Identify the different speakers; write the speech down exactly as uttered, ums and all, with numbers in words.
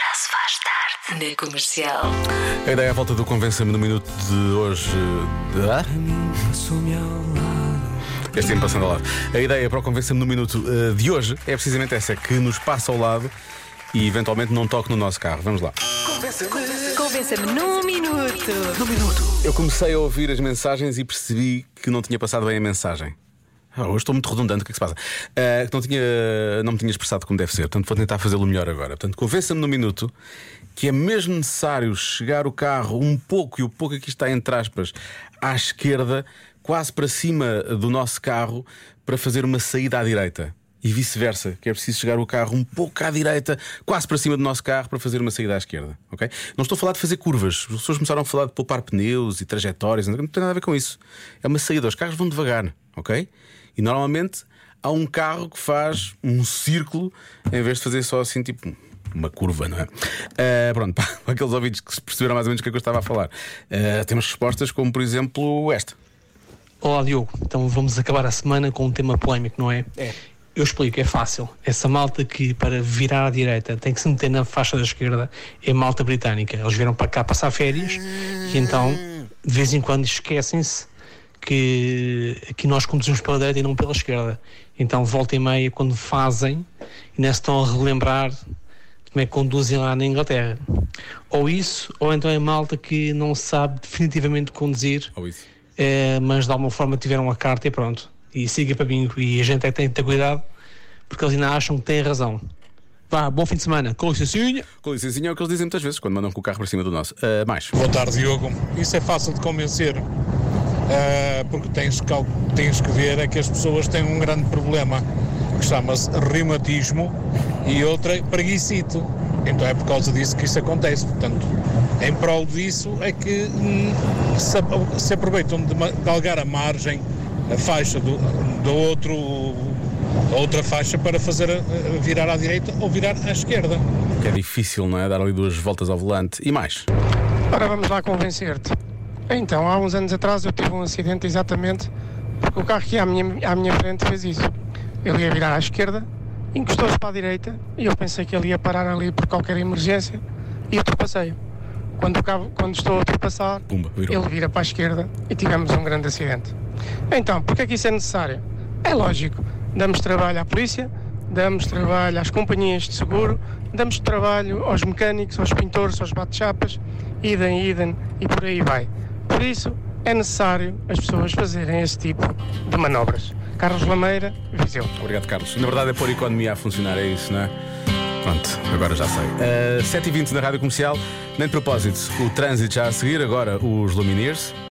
Speaker 1: Já se faz tarde na Comercial.
Speaker 2: A ideia à volta do Convença-me no minuto de hoje. Ah? Este tempo passando ao lado. A ideia para o Convença-me no minuto uh, de hoje é precisamente essa: que nos passa ao lado e eventualmente não toque no nosso carro. Vamos lá.
Speaker 1: Convença-me num minuto.
Speaker 2: No minuto. Eu comecei a ouvir as mensagens e percebi que não tinha passado bem a mensagem. Ah, hoje estou muito redundante, o que é que se passa? Uh, que não, tinha, não me tinha expressado como deve ser. Portanto, vou tentar fazê-lo melhor agora. Portanto, convença-me no minuto que é mesmo necessário chegar o carro um pouco, e o pouco aqui está entre aspas, à esquerda, quase para cima do nosso carro, para fazer uma saída à direita. E vice-versa, que é preciso chegar o carro um pouco à direita, quase para cima do nosso carro, para fazer uma saída à esquerda, ok? Não estou a falar de fazer curvas. As pessoas começaram a falar de poupar pneus e trajetórias. Não tem nada a ver com isso. É uma saída, os carros vão devagar, ok? E normalmente há um carro que faz um círculo em vez de fazer só assim, tipo uma curva, não é? Uh, pronto, para aqueles ouvintes que perceberam mais ou menos o que é que eu estava a falar, uh, temos respostas como, por exemplo, esta.
Speaker 3: Olá, Diogo. Então vamos acabar a semana com um tema polémico, não é?
Speaker 2: É.
Speaker 3: Eu explico, é fácil. Essa malta que para virar à direita tem que se meter na faixa da esquerda é malta britânica. Eles vieram para cá passar férias e então de vez em quando esquecem-se que, que nós conduzimos pela direita e não pela esquerda. Então volta e meia, quando fazem, ainda se estão a relembrar como é que conduzem lá na Inglaterra. Ou isso, ou então é malta que não sabe definitivamente conduzir,
Speaker 2: Ou isso.
Speaker 3: é, mas de alguma forma tiveram a carta e pronto. E siga para bingo. E a gente é que tem que ter cuidado, porque eles ainda acham que têm razão. Vá, bom fim de semana. Com licencinha.
Speaker 2: Com licencinha é o que eles dizem muitas vezes quando mandam com o carro para cima do nosso. uh, Mais.
Speaker 4: Boa tarde, Diogo. Isso é fácil de convencer, uh, porque tens que, tens que ver é que as pessoas têm um grande problema que chama-se reumatismo e outra é preguicito. Então é por causa disso que isso acontece. Portanto, em prol disso é que hum, se, se aproveitam de galgar a margem, a faixa do, do outro, a outra faixa para fazer a, a virar à direita ou virar à esquerda.
Speaker 2: Que é difícil, não é? Dar ali duas voltas ao volante. E mais.
Speaker 5: Ora, vamos lá convencer-te. Então, há uns anos atrás eu tive um acidente exatamente porque o carro que ia à minha, à minha frente fez isso. Ele ia virar à esquerda, encostou-se para a direita e eu pensei que ele ia parar ali por qualquer emergência e ultrapassei-o. Quando, o cabo, quando estou a ultrapassar,
Speaker 2: Pumba, virou.
Speaker 5: ele vira para a esquerda e tivemos um grande acidente. Então, porquê é que isso é necessário? É lógico, damos trabalho à polícia, damos trabalho às companhias de seguro, damos trabalho aos mecânicos, aos pintores, aos bate-chapas, idem, idem e por aí vai. Por isso, é necessário as pessoas fazerem esse tipo de manobras. Carlos Lameira, Viseu.
Speaker 2: Obrigado, Carlos. Na verdade é pôr a economia a funcionar, é isso, não é? Pronto, agora já sei. uh, sete e vinte na Rádio Comercial. Nem de propósito, o trânsito já a seguir. Agora os Lumineers.